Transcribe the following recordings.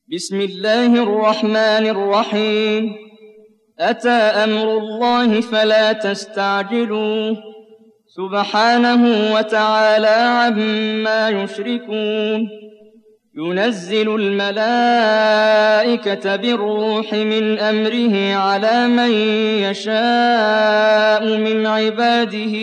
بسم الله الرحمن الرحيم أتى أمر الله فلا تستعجلوه سبحانه وتعالى عما يشركون ينزل الملائكة بالروح من أمره على من يشاء من عباده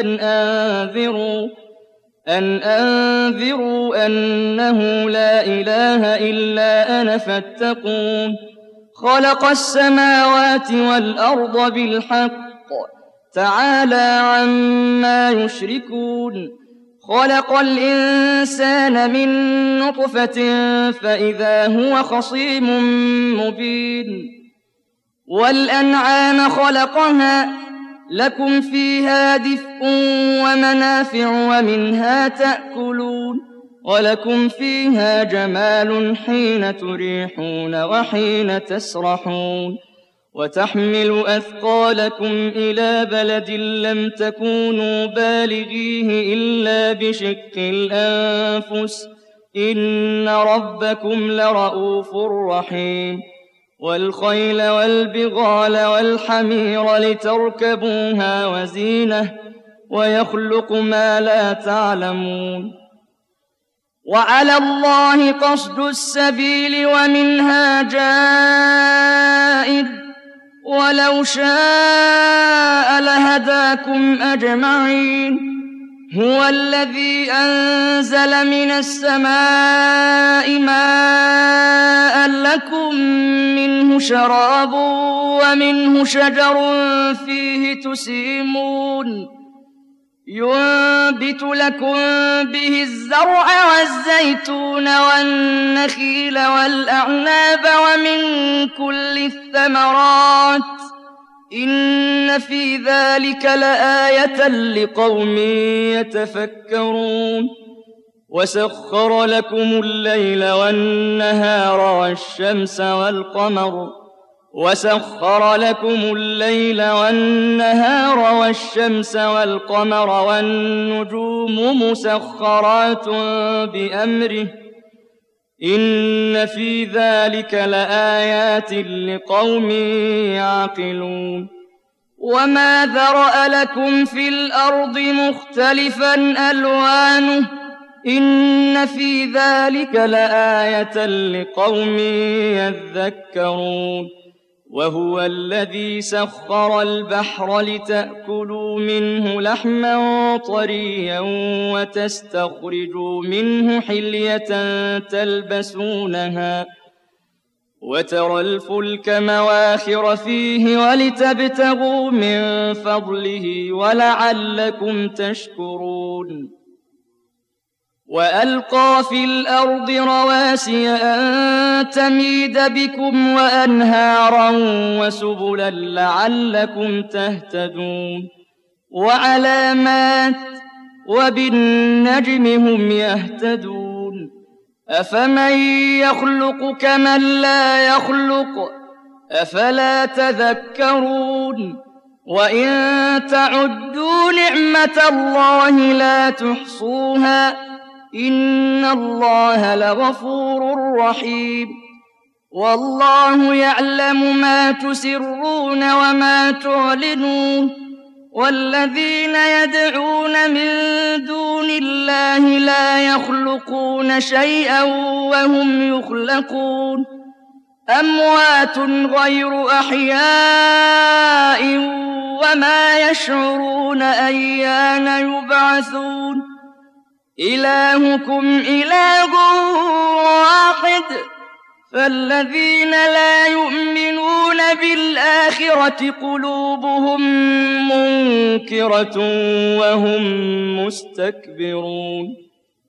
أن أنذروا أنه لا إله إلا أنا فاتقون خلق السماوات والأرض بالحق تعالى عما يشركون خلق الإنسان من نطفة فإذا هو خصيم مبين والأنعام خلقها لكم فيها دفء ومنافع ومنها تأكلون ولكم فيها جمال حين تريحون وحين تسرحون وتحمل أثقالكم إلى بلد لم تكونوا بالغيه إلا بشق الأنفس إن ربكم لرؤوف رحيم والخيل والبغال والحمير لتركبوها وزينة ويخلق ما لا تعلمون وعلى الله قصد السبيل ومنها جائر ولو شاء لهداكم أجمعين هو الذي أنزل من السماء ماء لكم منه شراب ومنه شجر فيه تسيمون ينبت لكم به الزرع والزيتون والنخيل والأعناب ومن كل الثمرات إن في ذلك لآية لقوم يتفكرون وسخر لكم الليل والنهار والشمس والقمر والنجوم مسخرات بأمره إن في ذلك لآيات لقوم يعقلون وما ذرأ لكم في الأرض مختلفا ألوانه إن في ذلك لآية لقوم يذكرون وهو الذي سخر البحر لتأكلوا منه لحما طريا وتستخرجوا منه حلية تلبسونها وترى الفلك مواخر فيه ولتبتغوا من فضله ولعلكم تشكرون وألقى في الأرض رواسي أن تميد بكم وأنهارا وسبلا لعلكم تهتدون وعلامات وبالنجم هم يهتدون أفمن يخلق كمن لا يخلق أفلا تذكرون وإن تعدوا نعمة الله لا تحصوها إن الله لغفور رحيم والله يعلم ما تسرون وما تعلنون والذين يدعون من دون الله لا يخلقون شيئا وهم يخلقون أموات غير أحياء وما يشعرون أيان يبعثون إلهكم إله واحد فالذين لا يؤمنون بالآخرة قلوبهم منكرة وهم مستكبرون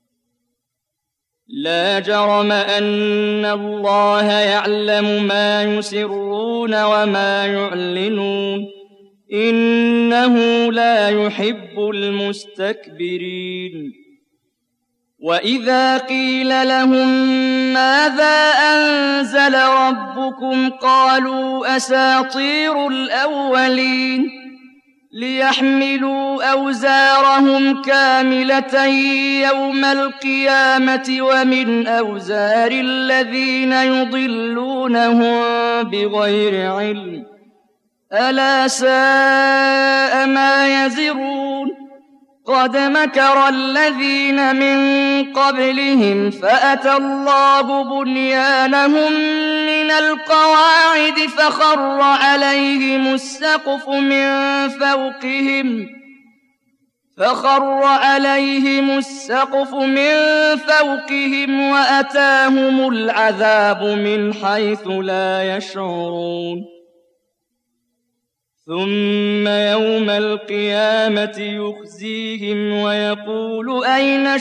لا جرم أن الله يعلم ما يسرون وما يعلنون إنه لا يحب المستكبرين وإذا قيل لهم ماذا أنزل ربكم قالوا أساطير الأولين ليحملوا أوزارهم كاملة يوم القيامة ومن أوزار الذين يضلونهم بغير علم ألا ساء ما يزرون قد مكر الذين من قبلهم فأتى الله بنيانهم من القواعد فخر عليهم السقف من فوقهم وأتاهم العذاب من حيث لا يشعرون ثم يوم القيامة يخزيهم ويقول أين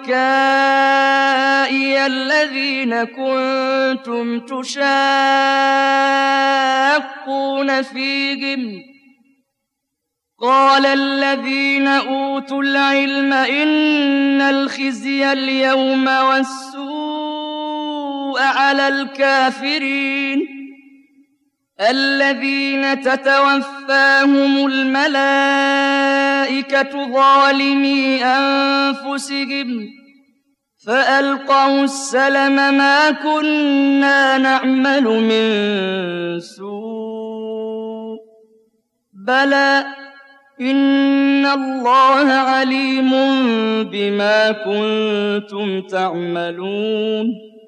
شركائي الذين كنتم تشاقون فيهم قال الذين أوتوا العلم إن الخزي اليوم والسوء على الكافرين الذين تتوفاهم الملائكة ظالمي أنفسهم فألقوا السلم ما كنا نعمل من سوء بلى إن الله عليم بما كنتم تعملون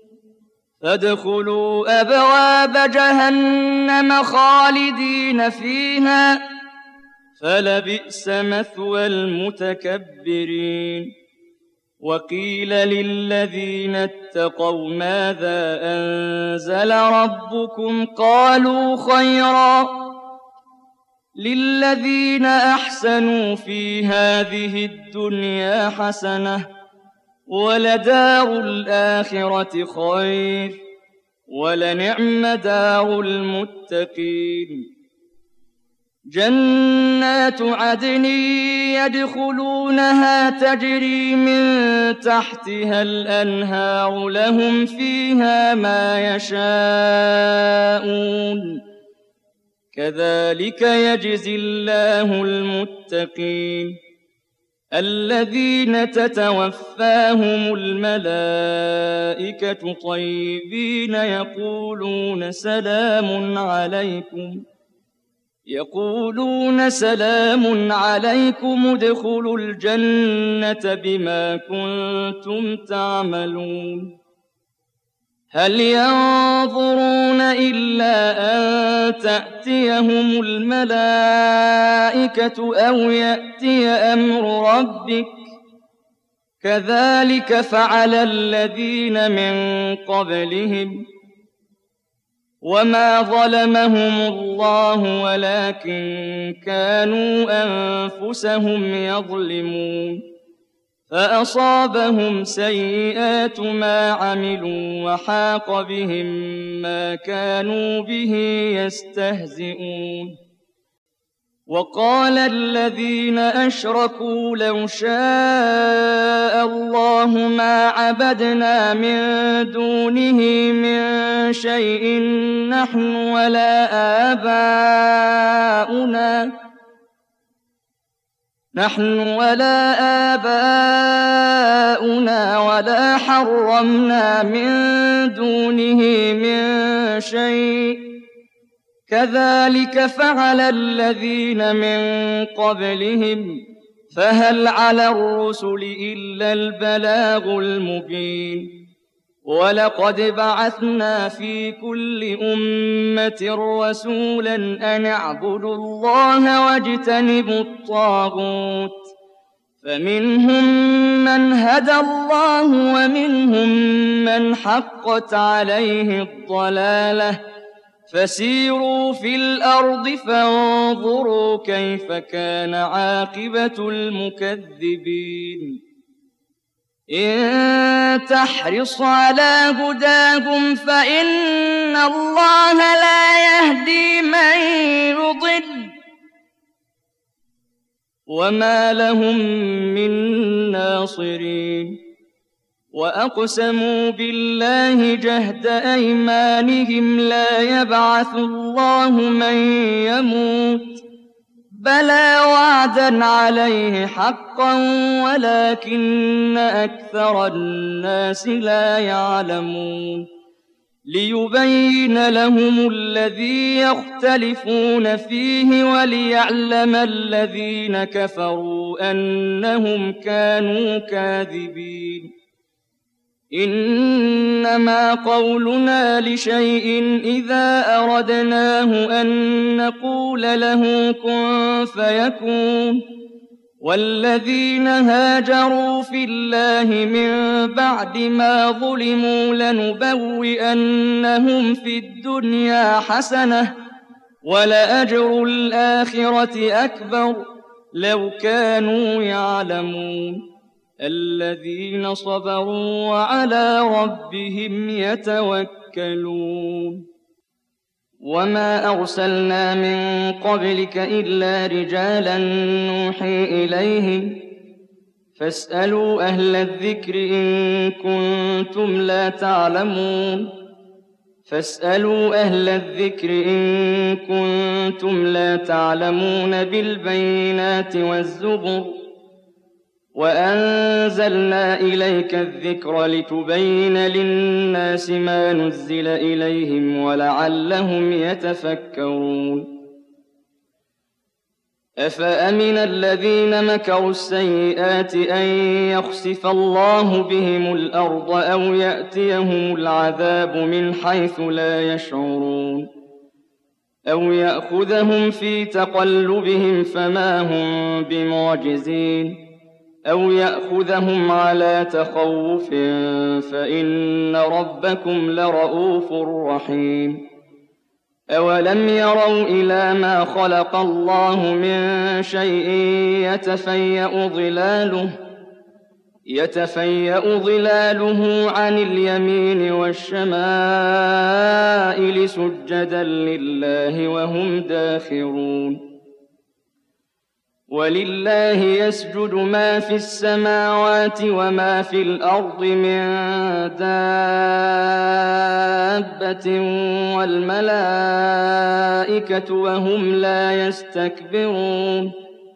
فادخلوا أبواب جهنم خالدين فيها فلبئس مثوى المتكبرين وقيل للذين اتقوا ماذا أنزل ربكم قالوا خيرا للذين أحسنوا في هذه الدنيا حسنة ولدار الآخرة خير ولنعم دار المتقين جنات عدن يدخلونها تجري من تحتها الأنهار لهم فيها ما يشاءون كذلك يجزي الله المتقين الذين تتوفاهم الملائكة طيبين يقولون سلام عليكم ادخلوا الجنة بما كنتم تعملون هل ينظرون إلا أن تأتيهم الملائكة أو يأتي أمر ربك كذلك فعل الذين من قبلهم وما ظلمهم الله ولكن كانوا أنفسهم يظلمون فأصابهم سيئات ما عملوا وحاق بهم ما كانوا به يستهزئون وقال الذين أشركوا لو شاء الله ما عبدنا من دونه من شيء نحن ولا آباؤنا ولا حرمنا من دونه من شيء كذلك فعل الذين من قبلهم فهل على الرسل إلا البلاغ المبين ولقد بعثنا في كل أمة رسولا أن اعبدوا الله واجتنبوا الطاغوت فمنهم من هدى الله ومنهم من حقت عليه الضلالة فسيروا في الأرض فانظروا كيف كان عاقبة المكذبين إن تحرص على هداهم فإن الله لا يهدي من يضل وما لهم من ناصرين وأقسموا بالله جهد أيمانهم لا يبعث الله من يموت بلى وعدا عليه حقا ولكن أكثر الناس لا يعلمون ليبين لهم الذي يختلفون فيه وليعلم الذين كفروا أنهم كانوا كاذبين إنما قولنا لشيء إذا أردناه أن نقول له كن فيكون والذين هاجروا في الله من بعد ما ظلموا لنبوئنهم في الدنيا حسنة ولأجر الآخرة أكبر لو كانوا يعلمون الذين صبروا وعلى ربهم يتوكلون وما أرسلنا من قبلك إلا رجالا نوحي إليهم فاسألوا أهل الذكر إن كنتم لا تعلمون بالبينات والزبر وأنزلنا إليك الذكر لتبين للناس ما نزل إليهم ولعلهم يتفكرون أفأمن الذين مكروا السيئات أن يخسف الله بهم الأرض أو يأتيهم العذاب من حيث لا يشعرون أو يأخذهم في تقلبهم فما هم بمعجزين أو يأخذهم على تخوف فإن ربكم لرؤوف رحيم أولم يروا إلى ما خلق الله من شيء يتفيأ ظلاله عن اليمين والشمائل سجدا لله وهم داخرون ولله يسجد ما في السماوات وما في الأرض من دابة والملائكة وهم لا يستكبرون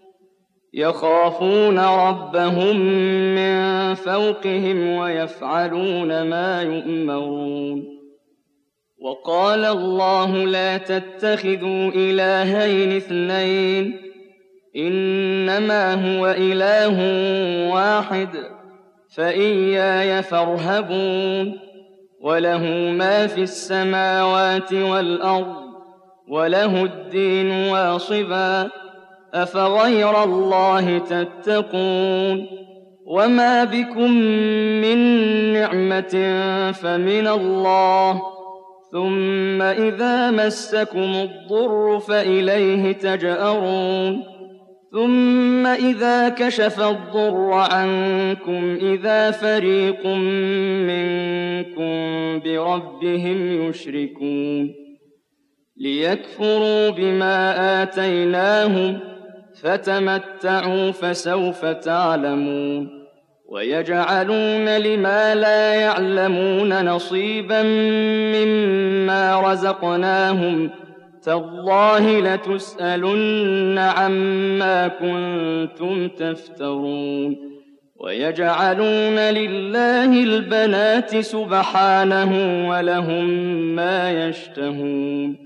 يخافون ربهم من فوقهم ويفعلون ما يؤمرون وقال الله لا تتخذوا إلهين اثنين إنما هو إله واحد فإياي فارهبون وله ما في السماوات والأرض وله الدين واصبا أفغير الله تتقون وما بكم من نعمة فمن الله ثم إذا مسكم الضر فإليه تجأرون ثم إذا كشف الضر عنكم إذا فريق منكم بربهم يشركون ليكفروا بما آتيناهم فتمتعوا فسوف تعلمون ويجعلون لما لا يعلمون نصيبا مما رزقناهم تالله لتسألن عما كنتم تفترون ويجعلون لله البنات سبحانه ولهم ما يشتهون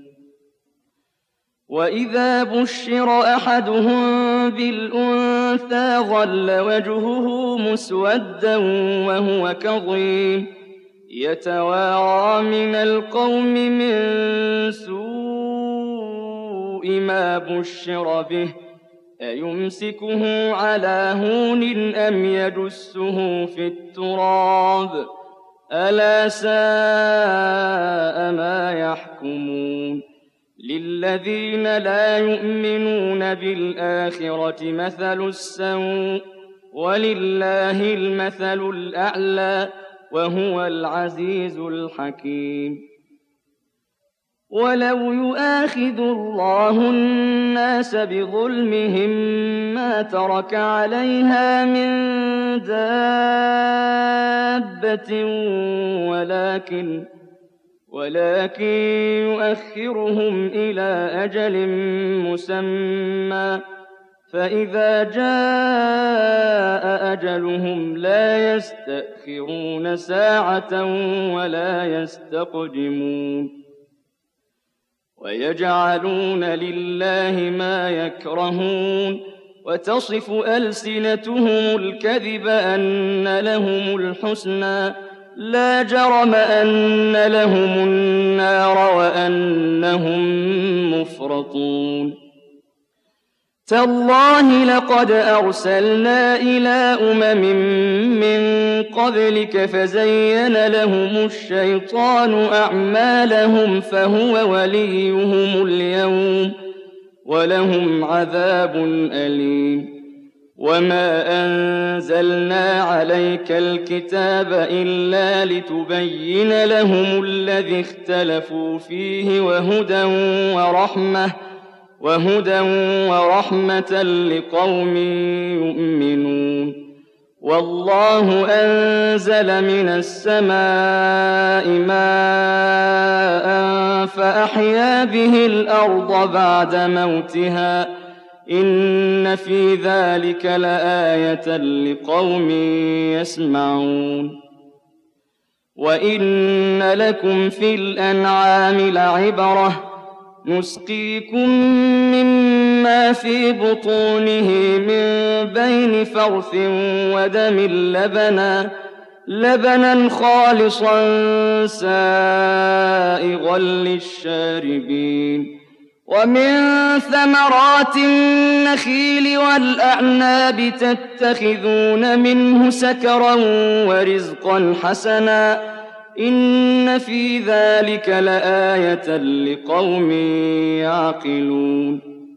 وإذا بشر أحدهم بالأنثى ظل وجهه مسودا وهو كظيم يتوارى من القوم من سوء ما بشر به أيمسكه على هون أم يدسه في التراب ألا ساء ما يحكمون للذين لا يؤمنون بالآخرة مثل السوء ولله المثل الأعلى وهو العزيز الحكيم ولو يؤاخذ الله الناس بظلمهم ما ترك عليها من دابة ولكن يؤخرهم إلى أجل مسمى فإذا جاء أجلهم لا يستأخرون ساعة ولا يستقدمون ويجعلون لله ما يكرهون وتصف ألسنتهم الكذب أن لهم الحسنى لا جرم أن لهم النار وأنهم مفرطون تالله لقد أرسلنا إلى من قبلك فزين لهم الشيطان أعمالهم فهو وليهم اليوم ولهم عذاب أليم وما أنزلنا عليك الكتاب إلا لتبين لهم الذي اختلفوا فيه وهدى ورحمة لقوم يؤمنون والله أنزل من السماء ماء فأحيا به الأرض بعد موتها إن في ذلك لآية لقوم يسمعون وإن لكم في الأنعام لعبرة نسقيكم مما في بطونه من بين فرث ودم لبنا خالصا سائغا للشاربين ومن ثمرات النخيل والأعناب تتخذون منه سكرا ورزقا حسنا إن في ذلك لآية لقوم يعقلون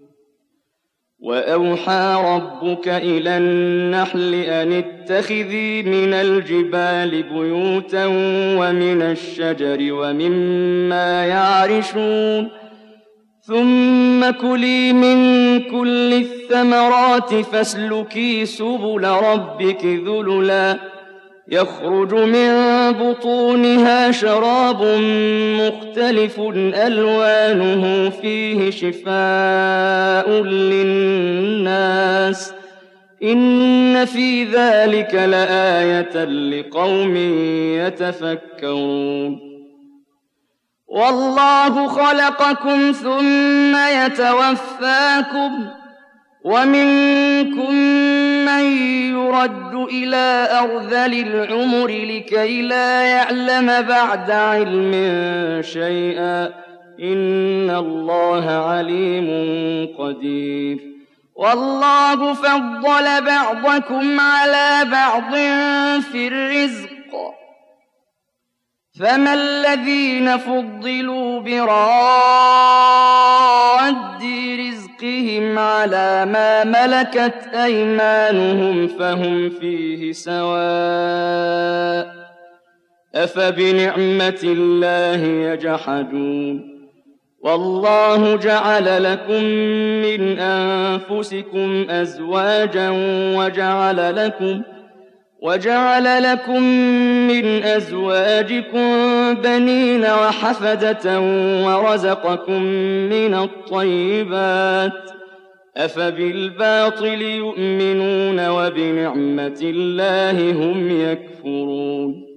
وأوحى ربك إلى النحل أن اتخذي من الجبال بيوتا ومن الشجر ومما يعرشون ثم كلي من كل الثمرات فاسلكي سبل ربك ذللا يخرج من بطونها شراب مختلف ألوانه فيه شفاء للناس إن في ذلك لآية لقوم يتفكرون والله خلقكم ثم يتوفاكم ومنكم من يرد إلى أرذل العمر لكي لا يعلم بعد علم شيئا إن الله عليم قدير والله فضل بعضكم على بعض في الرزق فما الذين فضلوا براد رزقهم على ما ملكت أيمانهم فهم فيه سواء أفبنعمة الله يجحدون والله جعل لكم من أنفسكم أزواجا وجعل لكم من أزواجكم بنين وحفدة ورزقكم من الطيبات أفبالباطل يؤمنون وبنعمة الله هم يكفرون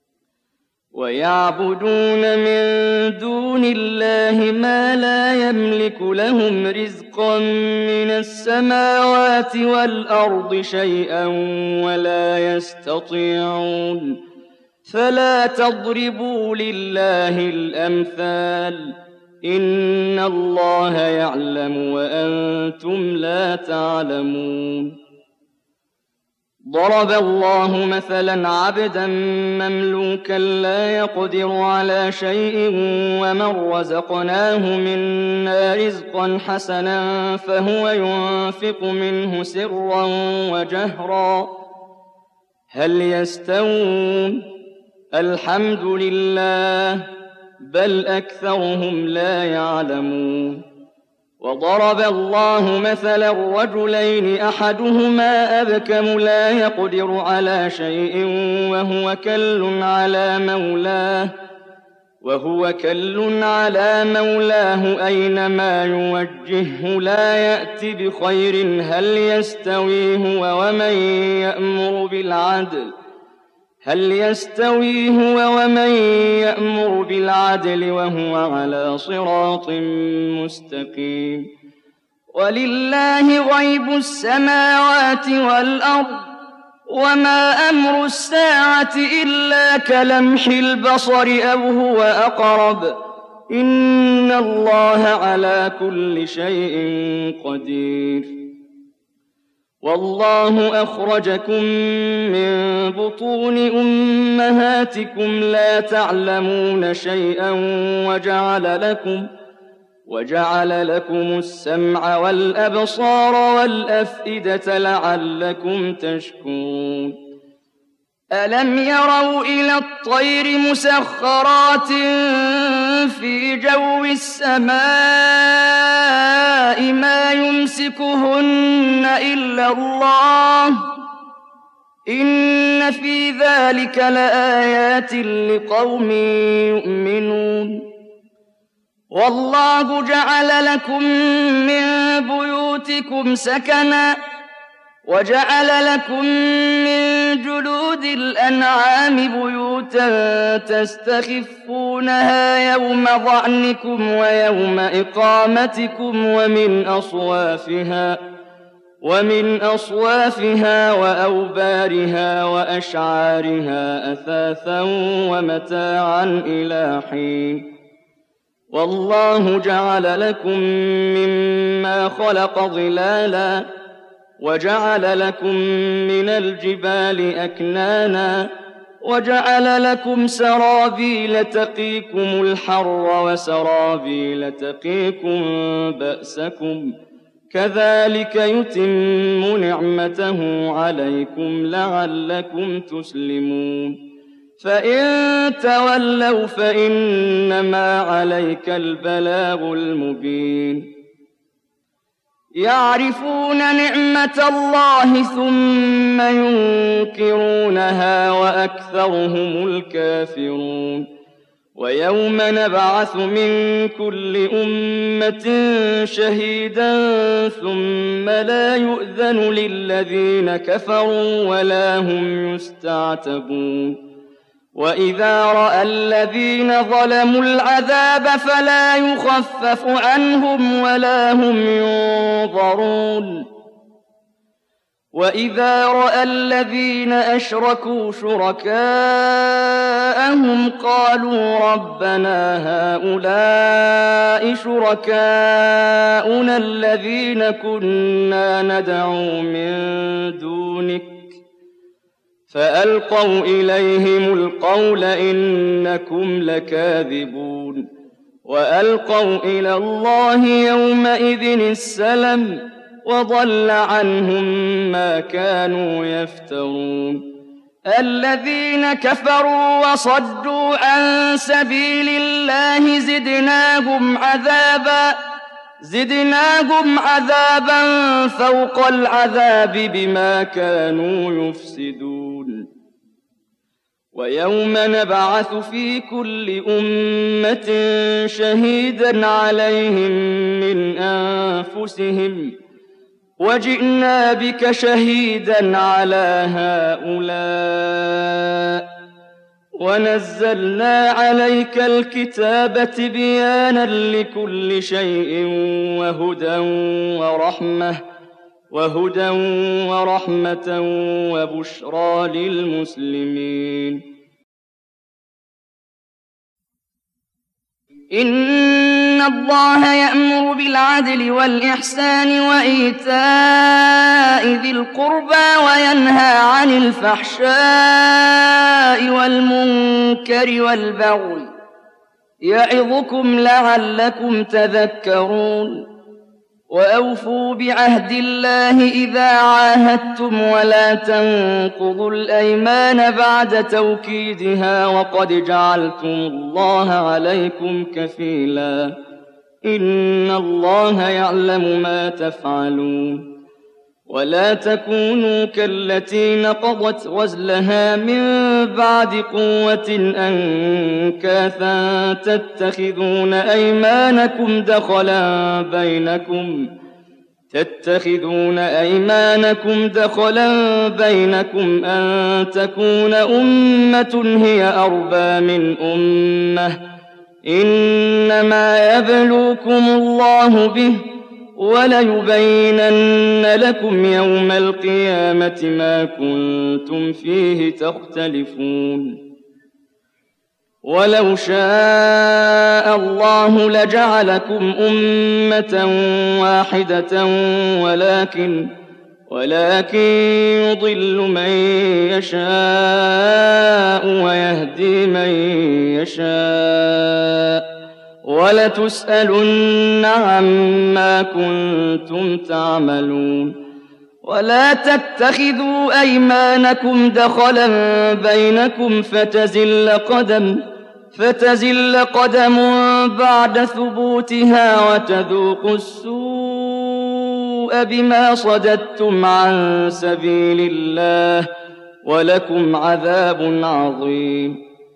ويعبدون من دون الله ما لا يملك لهم رزقا من السماوات والأرض شيئا ولا يستطيعون فلا تضربوا لله الأمثال إن الله يعلم وأنتم لا تعلمون ضرب الله مثلا عبدا مملوكا لا يقدر على شيء ومن رزقناه منا رزقا حسنا فهو ينفق منه سرا وجهرا هل يستوون الحمد لله بل أكثرهم لا يعلمون وضرب الله مثلا رجلين أحدهما أبكم لا يقدر على شيء وهو كل على مولاه وهو كل على مولاه أينما يوجهه لا يأت بخير هل يستوي هو ومن يأمر بالعدل وهو على صراط مستقيم ولله غيب السماوات والأرض وما أمر الساعة إلا كلمح البصر أو هو أقرب إن الله على كل شيء قدير والله أخرجكم من بطون أمهاتكم لا تعلمون شيئا وجعل لكم السمع والأبصار والأفئدة لعلكم تشكرون ألم يروا إلى الطير مسخرات في جو السماء ما يمسكهن إلا الله إن في ذلك لآيات لقوم يؤمنون والله جعل لكم من بيوتكم سكنا وجعل لكم من جلود الأنعام بيوتا تستخفونها يوم ظعنكم ويوم إقامتكم ومن أصوافها وأوبارها وأشعارها أثاثا ومتاعا إلى حين والله جعل لكم مما خلق ظلالا وجعل لكم من الجبال أكنانا وجعل لكم سرابيل تقيكم الحر وسرابيل تقيكم بأسكم كذلك يتم نعمته عليكم لعلكم تسلمون فإن تولوا فإنما عليك البلاغ المبين يعرفون نعمة الله ثم ينكرونها وأكثرهم الكافرون ويوم نبعث من كل أمة شهيدا ثم لا يؤذن للذين كفروا ولا هم يستعتبون وإذا رأى الذين ظلموا العذاب فلا يخفف عنهم ولا هم ينظرون وإذا رأى الذين أشركوا شركاءهم قالوا ربنا هؤلاء شركاؤنا الذين كنا ندعو من دونك فألقوا إليهم القول إنكم لكاذبون وألقوا إلى الله يومئذ السلم وضل عنهم ما كانوا يفترون الذين كفروا وصدوا عن سبيل الله زدناهم عذابا فوق العذاب بما كانوا يفسدون ويوم نبعث في كل أمة شهيدا عليهم من أنفسهم وجئنا بك شهيدا على هؤلاء ونزلنا عليك الكتاب تبيانا لكل شيء وهدى ورحمة وبشرى للمسلمين إن الله يأمر بالعدل والإحسان وإيتاء ذي القربى وينهى عن الفحشاء والمنكر والبغي يعظكم لعلكم تذكرون وأوفوا بعهد الله إذا عاهدتم ولا تنقضوا الأيمان بعد توكيدها وقد جعلتم الله عليكم كفيلا إن الله يعلم ما تفعلون ولا تكونوا كالتي نقضت غزلها من بعد قوة أنكاثا تتخذون أيمانكم دخلا بينكم أن تكون أمة هي أربى من أمة إنما يبلوكم الله به وليبينن لكم يوم القيامة ما كنتم فيه تختلفون ولو شاء الله لجعلكم أمة واحدة ولكن يضل من يشاء ويهدي من يشاء ولتسألن عما كنتم تعملون ولا تتخذوا أيمانكم دخلا بينكم فتزل قدم بعد ثبوتها وتذوقوا السوء بما صددتم عن سبيل الله ولكم عذاب عظيم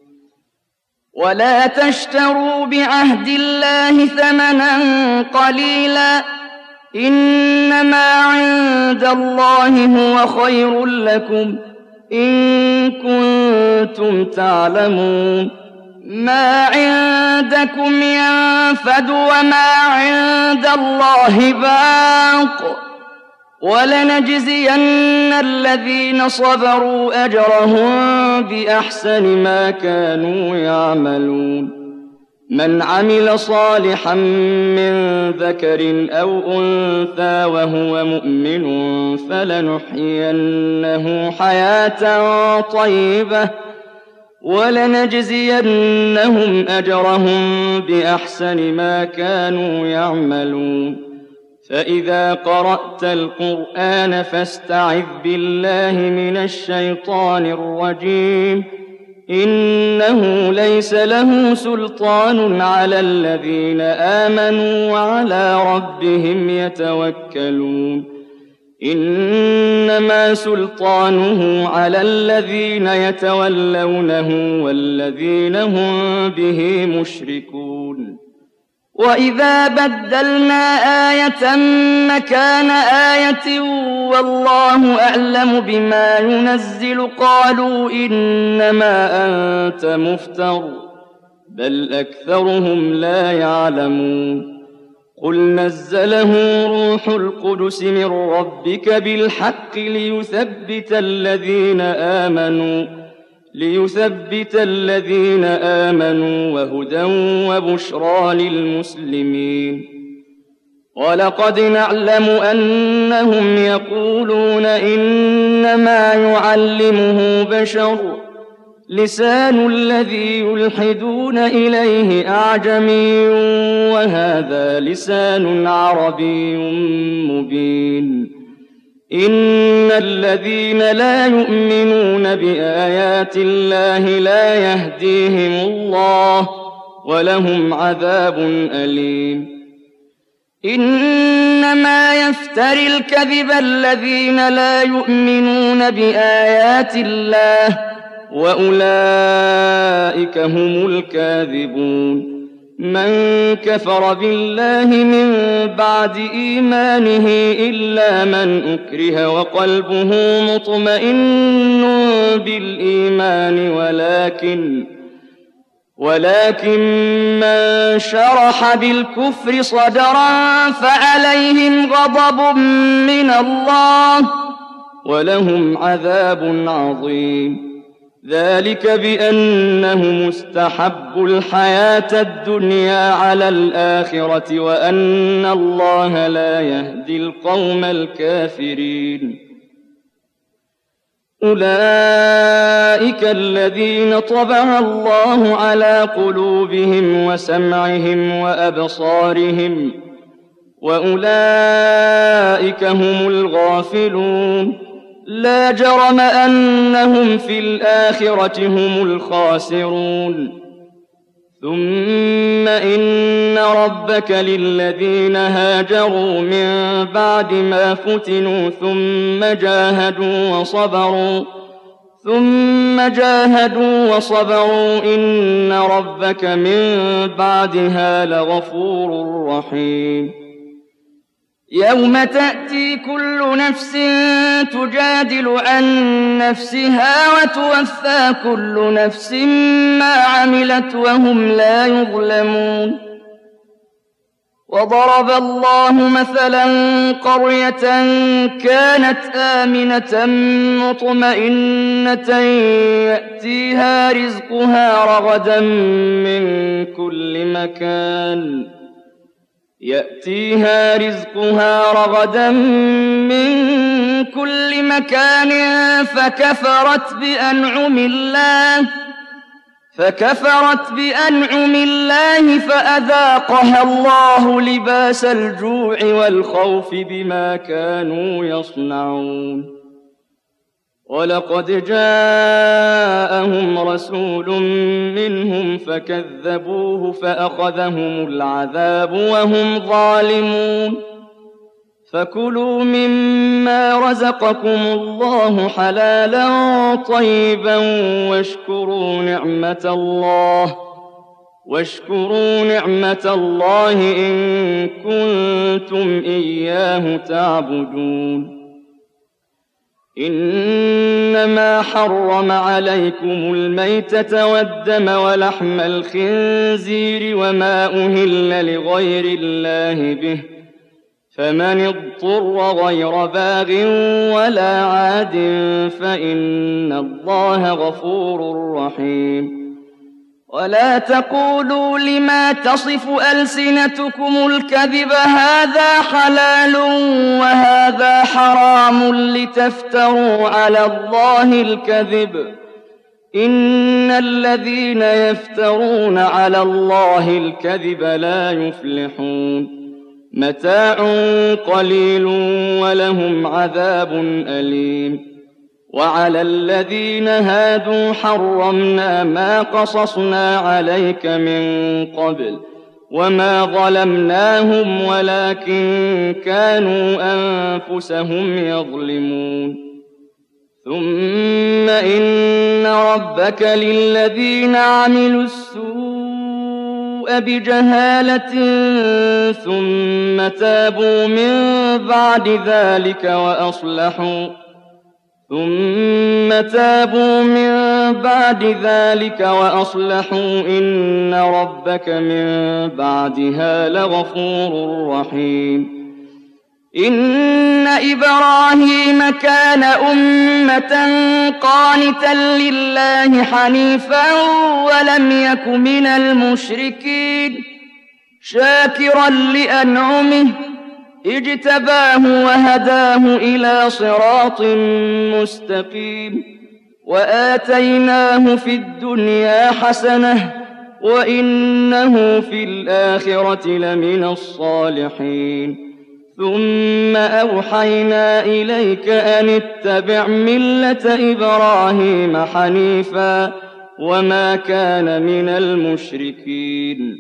ولا تشتروا بعهد الله ثمنا قليلا إنما عند الله هو خير لكم إن كنتم تعلمون ما عندكم ينفد وما عند الله باق ولنجزين الذين صبروا أجرهم بأحسن ما كانوا يعملون من عمل صالحا من ذكر أو أنثى وهو مؤمن فلنحيينه حياة طيبة ولنجزينهم أجرهم بأحسن ما كانوا يعملون فإذا قرأت القرآن فاستعذ بالله من الشيطان الرجيم إنه ليس له سلطان على الذين آمنوا وعلى ربهم يتوكلون إنما سلطانه على الذين يتولونه والذين هم به مشركون وإذا بدلنا آية مكان آية والله أعلم بما ينزل قالوا إنما أنت مفتر بل أكثرهم لا يعلمون قل نزله روح القدس من ربك بالحق ليثبت الذين آمنوا وهدى وبشرى للمسلمين ولقد نعلم أنهم يقولون إنما يعلمه بشر لسان الذي يلحدون إليه أعجمي وهذا لسان عربي مبين إن الذين لا يؤمنون بآيات الله لا يهديهم الله ولهم عذاب أليم إنما يفتري الكذب الذين لا يؤمنون بآيات الله وأولئك هم الكاذبون من كفر بالله من بعد إيمانه إلا من أكره وقلبه مطمئن بالإيمان ولكن من شرح بالكفر صدرا فعليهم غضب من الله ولهم عذاب عظيم ذلك بأنهم استحبوا الحياة الدنيا على الآخرة وأن الله لا يهدي القوم الكافرين أولئك الذين طبع الله على قلوبهم وسمعهم وأبصارهم وأولئك هم الغافلون لا جرم أنهم في الآخرة هم الخاسرون ثم إن ربك للذين هاجروا من بعد ما فتنوا ثم جاهدوا وصبروا إن ربك من بعدها لغفور رحيم. يوم تأتي كل نفس تجادل عن نفسها وتوفى كل نفس ما عملت وهم لا يظلمون. وضرب الله مثلا قرية كانت آمنة مطمئنة يأتيها رزقها رغدا من كل مكان فكفرت بأنعم الله فأذاقها الله لباس الجوع والخوف بما كانوا يصنعون. ولقد جاءهم رسول منهم فكذبوه فأخذهم العذاب وهم ظالمون. فكلوا مما رزقكم الله حلالا طيبا واشكروا نعمة الله إن كنتم إياه تعبدون. إنما حرم عليكم الميتة والدم ولحم الخنزير وما أهل لغير الله به، فمن اضطر غير باغ ولا عاد فإن الله غفور رحيم. ولا تقولوا لما تصف ألسنتكم الكذب هذا حلال وهذا حرام لتفتروا على الله الكذب، إن الذين يفترون على الله الكذب لا يفلحون. متاع قليل ولهم عذاب أليم. وعلى الذين هادوا حرمنا ما قصصنا عليك من قبل وما ظلمناهم ولكن كانوا أنفسهم يظلمون. ثم إن ربك للذين عملوا السوء بجهالة ثم تابوا من بعد ذلك وأصلحوا إن ربك من بعدها لغفور رحيم. إن إبراهيم كان أمة قانتا لله حنيفا ولم يك من المشركين، شاكرا لأنعمه اجتباه وهداه إلى صراط مستقيم. وآتيناه في الدنيا حسنة وإنه في الآخرة لمن الصالحين. ثم أوحينا إليك أن اتبع ملة إبراهيم حنيفا وما كان من المشركين.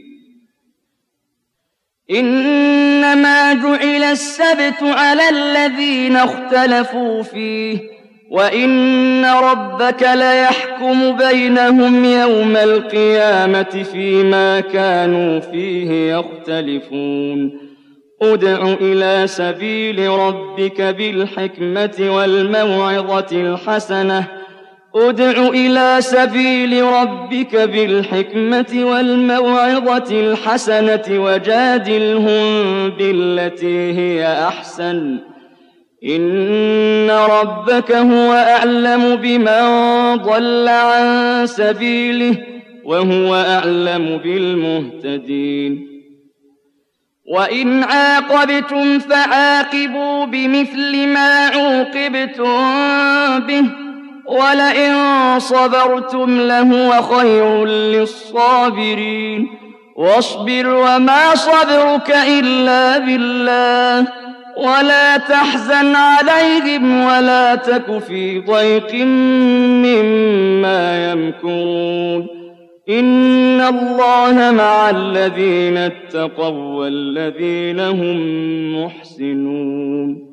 إنما جعل السبت على الذين اختلفوا فيه وإن ربك ليحكم بينهم يوم القيامة فيما كانوا فيه يختلفون. ادع إلى سبيل ربك بالحكمة والموعظة الحسنة وجادلهم بالتي هي أحسن، إن ربك هو أعلم بمن ضل عن سبيله وهو أعلم بالمهتدين. وإن عاقبتم فعاقبوا بمثل ما عوقبتم به ولئن صبرتم لهو خير للصابرين. واصبر وما صبرك إلا بالله ولا تحزن عليهم ولا تك في ضيق مما يمكرون. إن الله مع الذين اتقوا والذين هم محسنون.